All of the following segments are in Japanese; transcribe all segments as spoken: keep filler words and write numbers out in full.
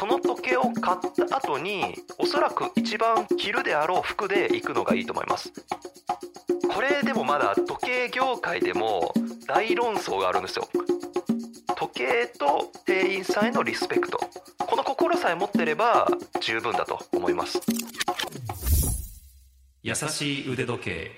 その時計を買った後におそらく一番着るであろう服で行くのがいいと思います。これでもまだ時計業界でも大論争があるんですよ。時計と店員さんへのリスペクト、この心さえ持ってれば十分だと思います。 優しい腕時計。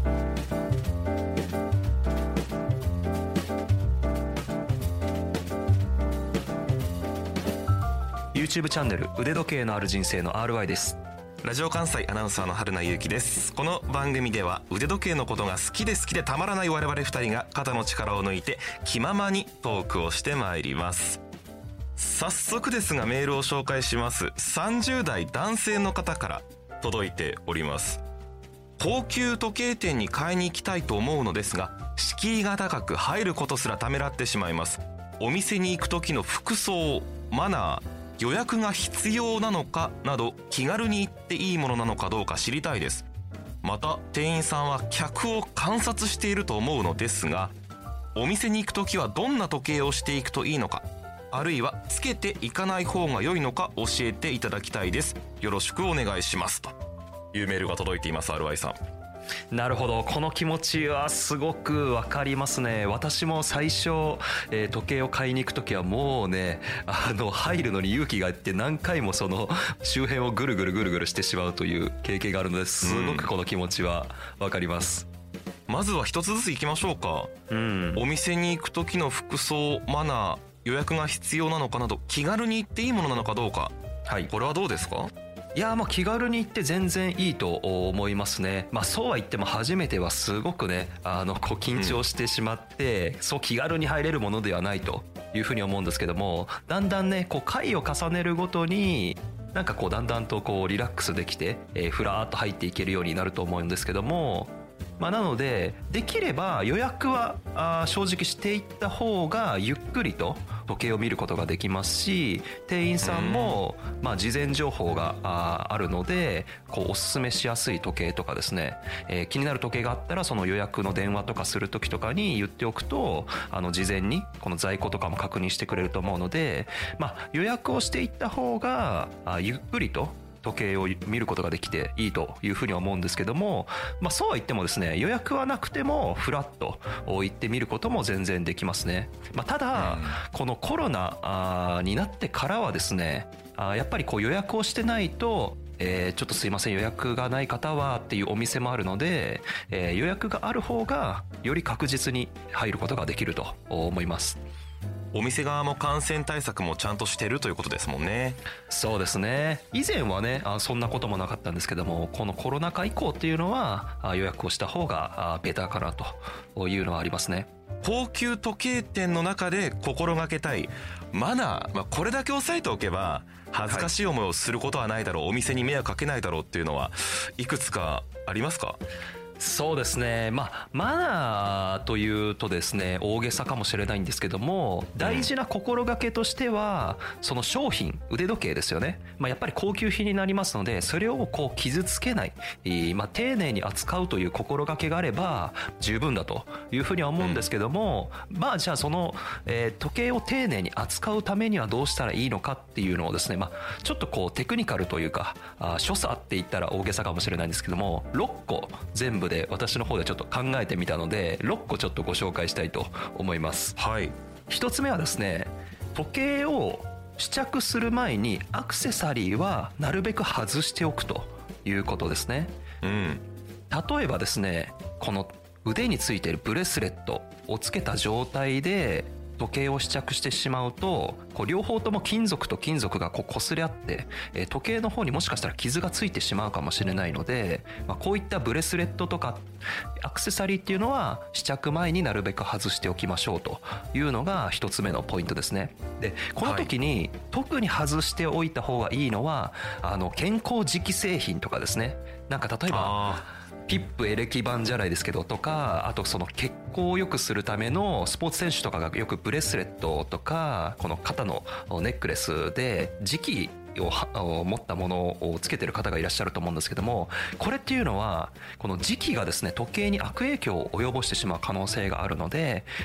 YouTube チャンネル腕時計のある人生の アールワイ です。 ラジオ関西アナウンサーの春名由紀です。この番組では腕時計のことが好きで好きでたまらない我々ふたりが肩の力を抜いて気ままにトークをしてまいります。早速ですがメールを紹介します。さんじゅう代男性の方から届いております。高級時計店に買いに行きたいと思うのですが、敷居が高く入ることすらためらってしまいます。お店に行く時の服装、マナー、予約が必要なのかなど気軽に行っていいものなのかどうか知りたいです。また店員さんは客を観察していると思うのですが、お店に行くときはどんな時計をしていくといいのか、あるいはつけていかない方が良いのか教えていただきたいです。よろしくお願いします、というメールが届いています。 アールワイ さん、 なるほど、この気持ちはすごくわかりますね。私も最初、えー、時計を買いに行くときはもうね、あの入るのに勇気があって何回もその周辺をぐるぐるぐるぐるしてしまうという経験があるので、すごくこの気持ちはわかります、 うん、まずは一つずついきましょうか、うん、お店に行く時の服装、マナー、予約が必要なのかなど気軽に行っていいものなのかどうか、はい、これはどうですか？ いや、まあ気軽に行って全然いいと思いますね。まあそうは言っても初めてはすごくね、あのこう緊張してしまって、うん、そう気軽に入れるものではないというふうに思うんですけども、だんだんねこう回を重ねるごとになんかこうだんだんとこうリラックスできて、えー、ふらーっと入っていけるようになると思うんですけども、まあ、なのでできれば予約はあ正直していった方がゆっくりと時計を見ることができますし、店員さんもまあ事前情報が あ, あるのでこうおすすめしやすい時計とかですね、えー、気になる時計があったらその予約の電話とかする時とかに言っておくと、あの事前にこの在庫とかも確認してくれると思うので、まあ、予約をしていった方があゆっくりと時計を見ることができていいというふうに思うんですけども、まあ、そうは言ってもですね、予約はなくてもフラッと行ってみることも全然できますね。まあ、ただ、うん、このコロナになってからはですね、やっぱりこう予約をしてないとえー、ちょっとすいません予約がない方はっていうお店もあるので、えー、予約がある方がより確実に入ることができると思います。 お店側も感染対策もちゃんとしてるということですもんね。 そうですね。以前はねあそんなこともなかったんですけども、このコロナ禍以降っていうのは予約をした方がベターかなというのはありますね。 高級時計店の中で心がけたいマナー、まあ、これだけ押さえておけば恥ずかしい思いをすることはないだろう、はい、お店に迷惑かけないだろうっていうのはいくつかありますか？ そうですね、まあ、マナーというとですね大げさかもしれないんですけども、大事な心がけとしてはその商品腕時計ですよね、まあ、やっぱり高級品になりますのでそれをこう傷つけない、まあ、丁寧に扱うという心がけがあれば十分だというふうには思うんですけども、うん、まあじゃあその、えー、時計を丁寧に扱うためにはどうしたらいいのかっていうのをですね、まあ、ちょっとこうテクニカルというかあ所作って言ったら大げさかもしれないんですけどもろっこ全部で私の方でちょっと考えてみたのでろっこちょっとご紹介したいと思います。 はい、 ひとつめはですね、時計を試着する前にアクセサリーはなるべく外しておくということですね。うん、例えばですね、この腕についているブレスレットをつけた状態で時計を試着してしまうとこう両方とも金属と金属がこう擦れ合って、えー、時計の方にもしかしたら傷がついてしまうかもしれないので、まあ、こういったブレスレットとかアクセサリーっていうのは試着前になるべく外しておきましょうというのが一つ目のポイントですね。でこの時に特に外しておいた方がいいのはあの健康磁器製品とかですね。なんか例えばピップエレキ板じゃないですけどとか、あとその血行を良くするためのスポーツ選手とかがよくブレスレットとかこの肩のネックレスで磁気を持ったものをつけてる方がいらっしゃると思うんですけども、これっていうのはこの磁気がですね時計に悪影響を及ぼしてしまう可能性があるので、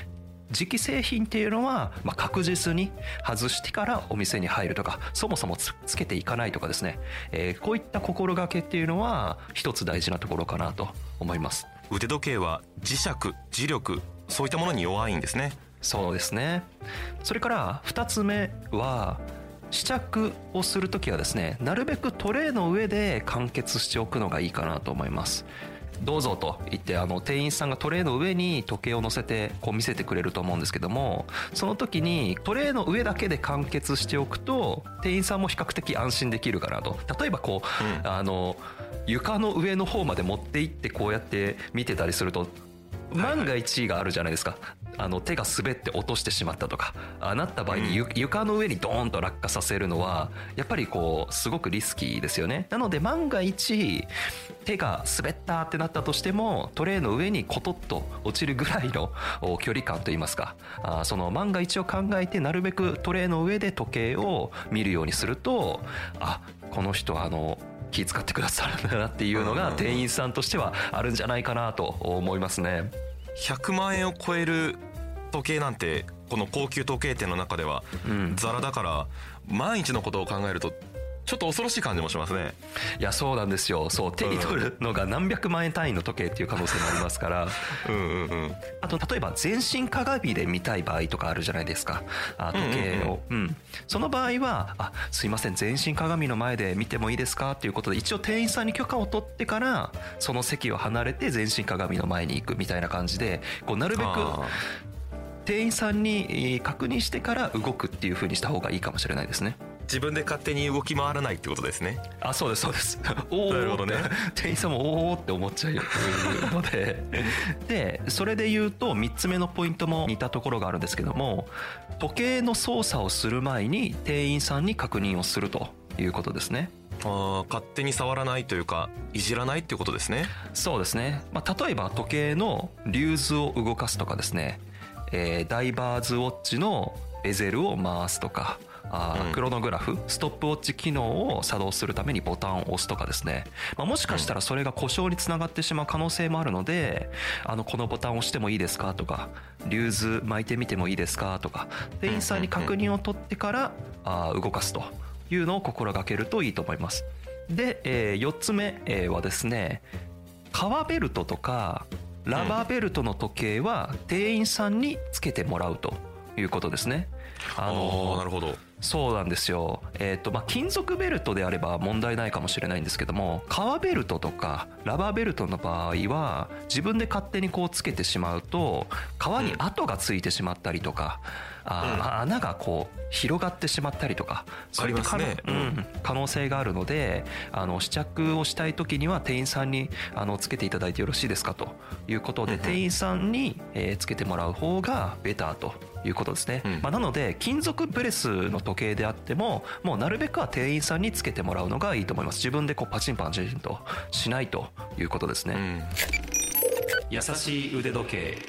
磁気製品っていうのは、まあ、確実に外してからお店に入るとか、そもそも つ, つけていかないとかですね、えー、こういった心がけっていうのは一つ大事なところかなと思います。 腕時計は磁石、磁力、そういったものに弱いんですね。 そうですね。それからふたつめは、試着をするときはですね、なるべくトレイの上で完結しておくのがいいかなと思います。どうぞと言って、あの店員さんがトレイの上に時計を乗せてこう見せてくれると思うんですけども、その時にトレイの上だけで完結しておくと店員さんも比較的安心できるかなと。例えばこう、うん、あの床の上の方まで持って行ってこうやって見てたりすると、万が一があるじゃないですか。あの手が滑って落としてしまったとかあなった場合に、床の上にドーンと落下させるのはやっぱりこうすごくリスキーですよね。なので万が一手が滑ったってなったとしても、トレイの上にコトッと落ちるぐらいの距離感といいますか、あその万が一を考えてなるべくトレイの上で時計を見るようにすると、あこの人はあの気遣ってくださるんだなっていうのが店員さんとしてはあるんじゃないかなと思いますね。 ひゃくまんえんを超える時計なんてこの高級時計店の中ではザラだから、万一のことを考えるとちょっと恐ろしい感じもしますね。 いやそうなんですよ。そう手に取るのが何百万円単位の時計っていう可能性もありますからうんうん、うん、あと例えば全身鏡で見たい場合とかあるじゃないですか、あ時計を、うん、うんうん、その場合はあすいません全身鏡の前で見てもいいですかっていうことで、一応店員さんに許可を取ってからその席を離れて全身鏡の前に行くみたいな感じで、こうなるべく店員さんに確認してから動くっていう風にした方がいいかもしれないですね。 自分で勝手に動き回らないってことですね。 あそうですそうですおなるほどね店員さんもおーって思っちゃうのででそれで言うとみっつめのポイントも似たところがあるんですけども、時計の操作をする前に店員さんに確認をするということですね。 あ勝手に触らないというかいじらないっていうことですね。 そうですね、まあ、例えば時計のリューズを動かすとかですね、えー、ダイバーズウォッチのベゼルを回すとか、あクロノグラフ、ストップウォッチ機能を作動するためにボタンを押すとかですね、まあ、もしかしたらそれが故障につながってしまう可能性もあるので、あのこのボタンを押してもいいですかとか、リューズ巻いてみてもいいですかとか、店員さんに確認を取ってからあ動かすというのを心がけるといいと思います。で、えー、よっつめはですね、革ベルトとかラバーベルトの時計は店員さんにつけてもらうということですね。 あのー、なるほど。 そうなんですよ。えっとまあ金属ベルトであれば問題ないかもしれないんですけども、革ベルトとかラバーベルトの場合は自分で勝手にこうつけてしまうと革に跡がついてしまったりとか、うん、あ穴がこう広がってしまったりとか、そういった可能、ねうん、可能性があるので、あの試着をしたい時には店員さんにあのつけていただいてよろしいですかということで、うん、店員さんに、えー、つけてもらう方がベターということですね。うんまあ、なので金属ブレスの時計であってももうなるべくは店員さんにつけてもらうのがいいと思います。自分でこうパチンパチンとしないということですね。うん、 優しい腕時計。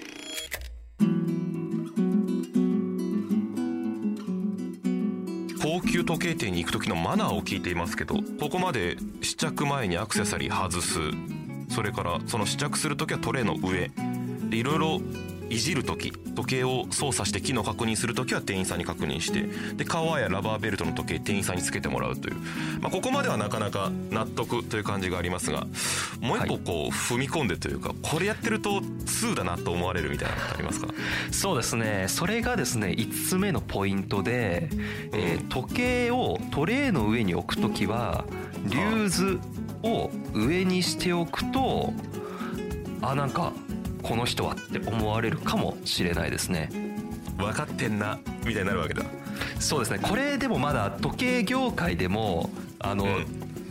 高級時計店に行く時のマナーを聞いていますけど、ここまで試着前にアクセサリー外す、それからその試着する時はトレイの上でいろいろいじる時、時計を操作して機能確認する時は店員さんに確認して、で革やラバーベルトの時計店員さんにつけてもらうという、まあ、ここまではなかなか納得という感じがありますが、もう一歩こう踏み込んでというか、これやってるとツーだなと思われるみたいなのってありますか？ そうですね、それがですねいつつめのポイントで、えー、時計をトレイの上に置く時はリューズを上にしておくと、あなんかこの人はって思われるかもしれないですね。 分かってんなみたいになるわけだ。 そうですね、これでもまだ時計業界でもあの、うん、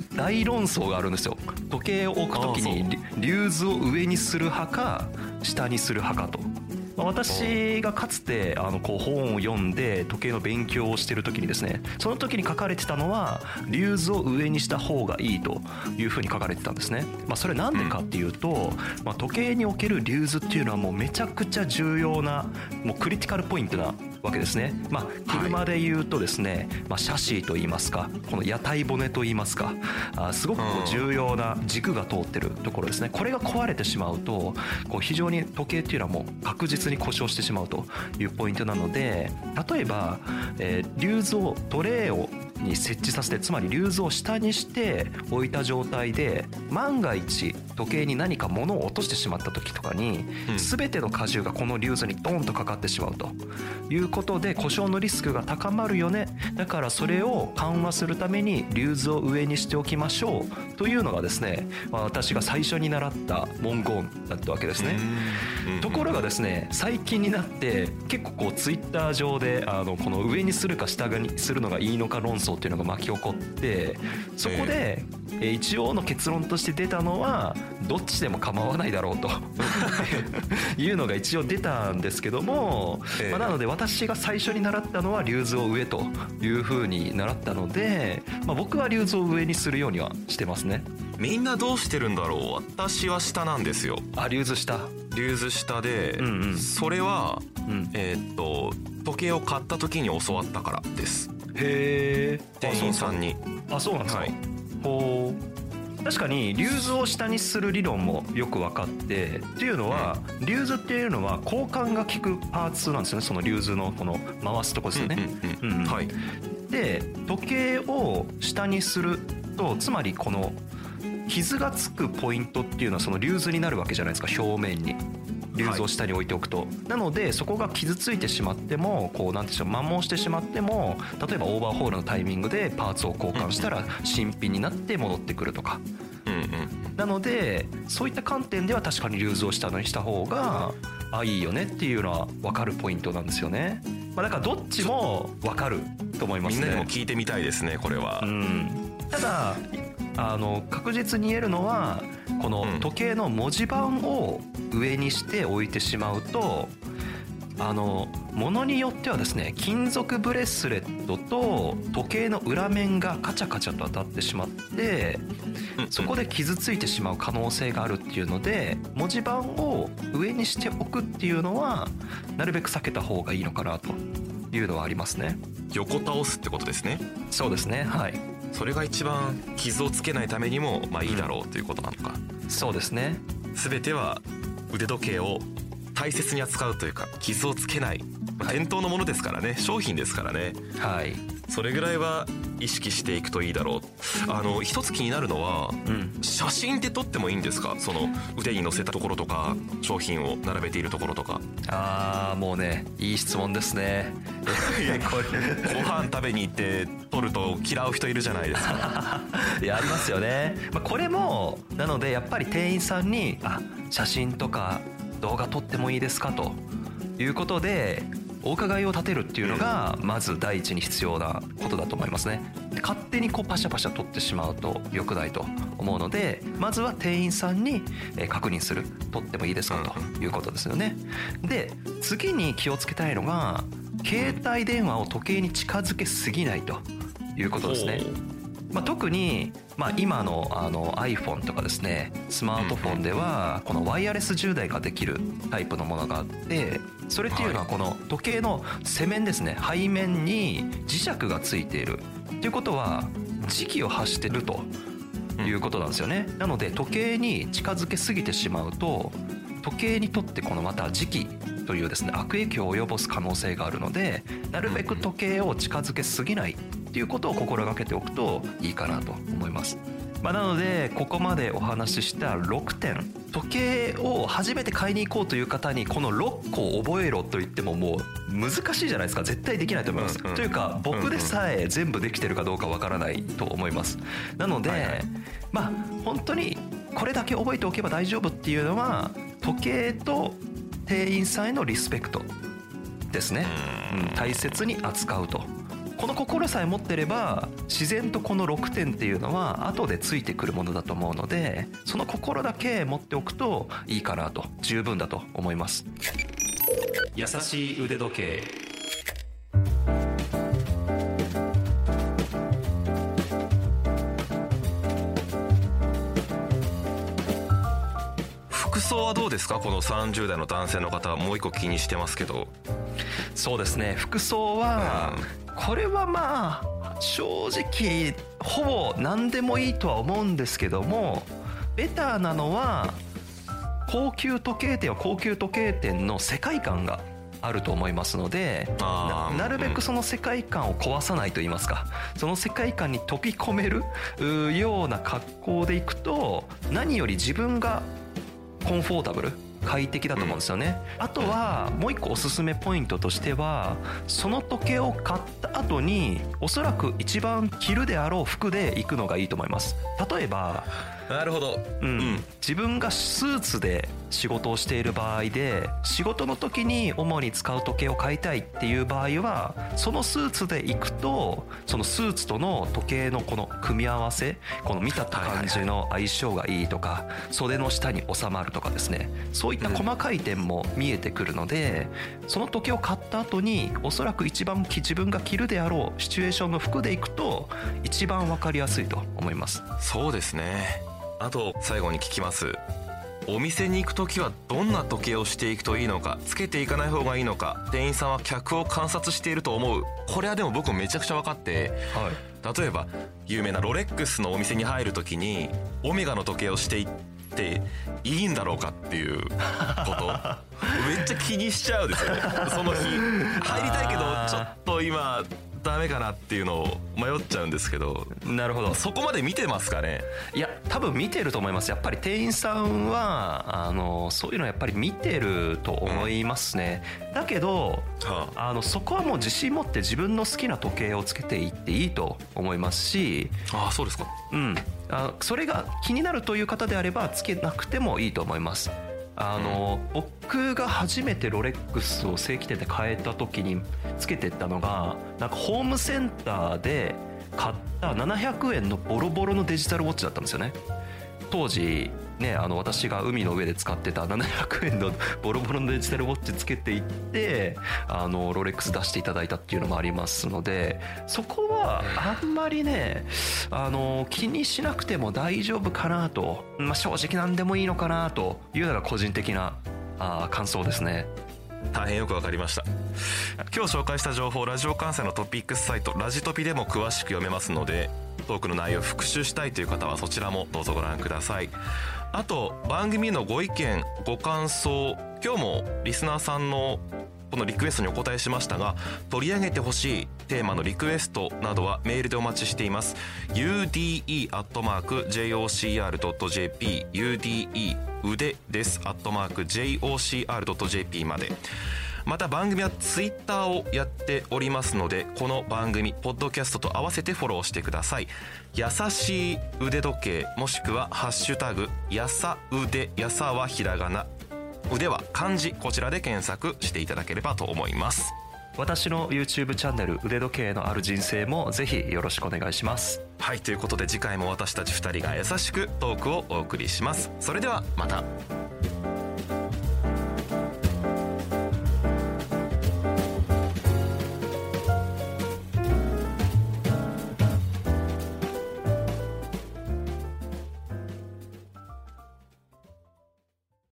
大論争があるんですよ。時計を置く時にリューズを上にする派か下にする派かと。私がかつてあのこう本を読んで時計の勉強をしている時にですね、その時に書かれてたのはリューズを上にした方がいいというふうに書かれてたんですね。まあ、それなんでかっていうと、まあ、時計におけるリューズっていうのはもうめちゃくちゃ重要なもうクリティカルポイントなわわけですね。まあ、車で言うとですね、まあ、シャシーといいますか、この屋台骨といいますか、あすごくこう重要な軸が通ってるところですね。これが壊れてしまうとこう非常に時計っていうのはもう確実に故障してしまうというポイントなので、例えば、えー、リューズをトレーをに設置させて、つまりリューズを下にして置いた状態で、万が一時計に何か物を落としてしまった時とかに、うん、全ての荷重がこのリューズにドンとかかってしまうということで故障のリスクが高まるよね。だからそれを緩和するためにリューズを上にしておきましょうというのがですね、まあ、私が最初に習った文言だったわけですね。ところがですね、最近になって結構こうツイッター上であのこの上にするか下にするのがいいのか論争っていうのが巻き起こって、そこで一応の結論として出たのはどっちでも構わないだろうというのが一応出たんですけども、まあ、なので私が最初に習ったのはリューズを上というふうに習ったので、まあ、僕はリューズを上にするようにはしてますね。 みんなどうしてるんだろう。私は下なんですよ。 あ、リューズ下。 リューズ下で、うんうん、それは、うん、えー、っと時計を買った時に教わったからです。 へえ。 店員さんに。 あ、そうなんですか。はい、ほう。確かにリューズを下にする理論もよく分かって、っていうのは、うん、リューズっていうのは交換が効くパーツなんですよね。そのリューズのこの回すとこですよね。はい。で、時計を下にすると、つまりこの傷がつくポイントっていうのはそのリューズになるわけじゃないですか、表面に。リューズを下に置いておくと、はい、なのでそこが傷ついてしまっても、こうなんていうの、摩耗してしまっても、例えばオーバーホールのタイミングでパーツを交換したら新品になって戻ってくるとか、うんうん、なのでそういった観点では確かにリューズを下にした方があいいよねっていうのは分かるポイントなんですよね。まあ、だからどっちも分かると思いますね。 みんなにも聞いてみたいですね、これは。うん、 ただあの確実に言えるのは、この時計の文字盤を上にして置いてしまうと、あのものによってはですね、金属ブレスレットと時計の裏面がカチャカチャと当たってしまって、そこで傷ついてしまう可能性があるっていうので、文字盤を上にしておくっていうのはなるべく避けた方がいいのかなというのはありますね。 横倒すってことですね。 そうですね、はい。 それが一番傷をつけないためにもまあいいだろうということなのか。 そうですね。 全ては腕時計を大切に扱うというか、傷をつけない、まあ、店頭のものですからね、商品ですからね。はい。それぐらいは意識していくといいだろう。あの一つ気になるのは、うん、写真って撮ってもいいんですか？その腕に乗せたところとか、商品を並べているところとか。 ああ、もうね、いい質問ですね。 これご飯食べに行って撮ると嫌う人いるじゃないですか。 いや、ありますよね。まあ、これもなのでやっぱり店員さんに、あ、写真とか動画撮ってもいいですかということでお伺いを立てるっていうのがまず第一に必要なことだと思いますね。勝手にこうパシャパシャ撮ってしまうと良くないと思うので、まずは店員さんに確認する、撮ってもいいですかということですよね。で、次に気をつけたいのが、携帯電話を時計に近づけすぎないということですね。まあ、特に、まあ、今の、あの iPhone とかですね、スマートフォンではこのワイヤレス充電ができるタイプのものがあって、それっていうのはこの時計の背面ですね、背面に磁石がついているっていうことは磁気を発してるということなんですよね。なので時計に近づけすぎてしまうと、時計にとってこのまた磁気というですね、悪影響を及ぼす可能性があるので、なるべく時計を近づけすぎないっていうことを心がけておくといいかなと思います。まあ、なのでここまでお話ししたろくてん、時計を初めて買いに行こうという方にこのろっこを覚えろと言ってももう難しいじゃないですか。絶対できないと思います、うんうん、というか僕でさえ全部できてるかどうかわからないと思います。なので、はいはい、まあ本当にこれだけ覚えておけば大丈夫っていうのは、時計と店員さんへのリスペクトですね、うん、大切に扱うと。この心さえ持ってれば自然とこのろくてんっていうのは後でついてくるものだと思うので、その心だけ持っておくといいかなと、十分だと思います。 優しい腕時計。 服装はどうですか？このさんじゅう代の男性の方、もう一個気にしてますけど。 そうですね、服装は、うん、これはまあ正直ほぼ何でもいいとは思うんですけども、ベターなのは高級時計店は高級時計店の世界観があると思いますので、 な, なるべくその世界観を壊さないといいますか、その世界観に溶け込めるような格好でいくと、何より自分がコンフォータブル快適だと思うんですよね。あとはもう一個おすすめポイントとしては、その時計を買った後におそらく一番着るであろう服で行くのがいいと思います。例えば、 なるほど、 うん、 うん、 自分がスーツで仕事をしている場合で、仕事の時に主に使う時計を買いたいっていう場合は、そのスーツで行くとそのスーツとの時計のこの組み合わせ、この見た感じの相性がいいとか、袖の下に収まるとかですね、そういった細かい点も見えてくるので、その時計を買った後におそらく一番自分が着るであろうシチュエーションの服で行くと一番分かりやすいと思います。 そうですね。あと最後に聞きます。お店に行くときはどんな時計をしていくといいのか、つけていかない方がいいのか、店員さんは客を観察していると思う。これはでも僕もめちゃくちゃ分かって、はい、例えば有名なロレックスのお店に入るときにオメガの時計をしていっていいんだろうかっていうことめっちゃ気にしちゃうですよね。その日入りたいけどちょっと今ダメかなっていうのを迷っちゃうんですけど。 なるほど。 そこまで見てますかね。 いや、多分見てると思います。やっぱり店員さんはあのそういうのやっぱり見てると思いますね、うん、だけど、はあ、あのそこはもう自信持って自分の好きな時計をつけていっていいと思いますし。 ああ、そうですか。 うん、あそれが気になるという方であればつけなくてもいいと思います。あの、うん、僕が初めてロレックスを正規店で買えた時につけてったのが、なんかホームセンターで買ったななひゃくえんのボロボロのデジタルウォッチだったんですよね。当時ね、あの私が海の上で使ってたななひゃくえんのボロボロのデジタルウォッチつけていって、あのロレックス出していただいたっていうのもありますので、そこはあんまりね、あの気にしなくても大丈夫かなと、まあ、正直なんでもいいのかなというのが個人的なあ感想ですね。 大変よくわかりました。今日紹介した情報、ラジオ関西のトピックスサイトラジトピでも詳しく読めますので、トークの内容を復習したいという方はそちらもどうぞご覧ください。あと番組のご意見ご感想、今日もリスナーさんのこのリクエストにお答えしましたが、取り上げてほしいテーマのリクエストなどはメールでお待ちしています。 ユーディーイー アットマーク ジェイオーシーアール ドット ジェーピー ユーディーイー 腕ですアットマーク ジェイオーシーアール ドット ジェーピー まで。また番組はツイッターをやっておりますので、この番組ポッドキャストと合わせてフォローしてください。優しい腕時計もしくはハッシュタグやさ腕、やさはひらがな、腕は漢字、こちらで検索していただければと思います。 私の YouTube チャンネル腕時計のある人生もぜひよろしくお願いします。 はい、ということで次回も私たちふたりが優しくトークをお送りします。それではまた。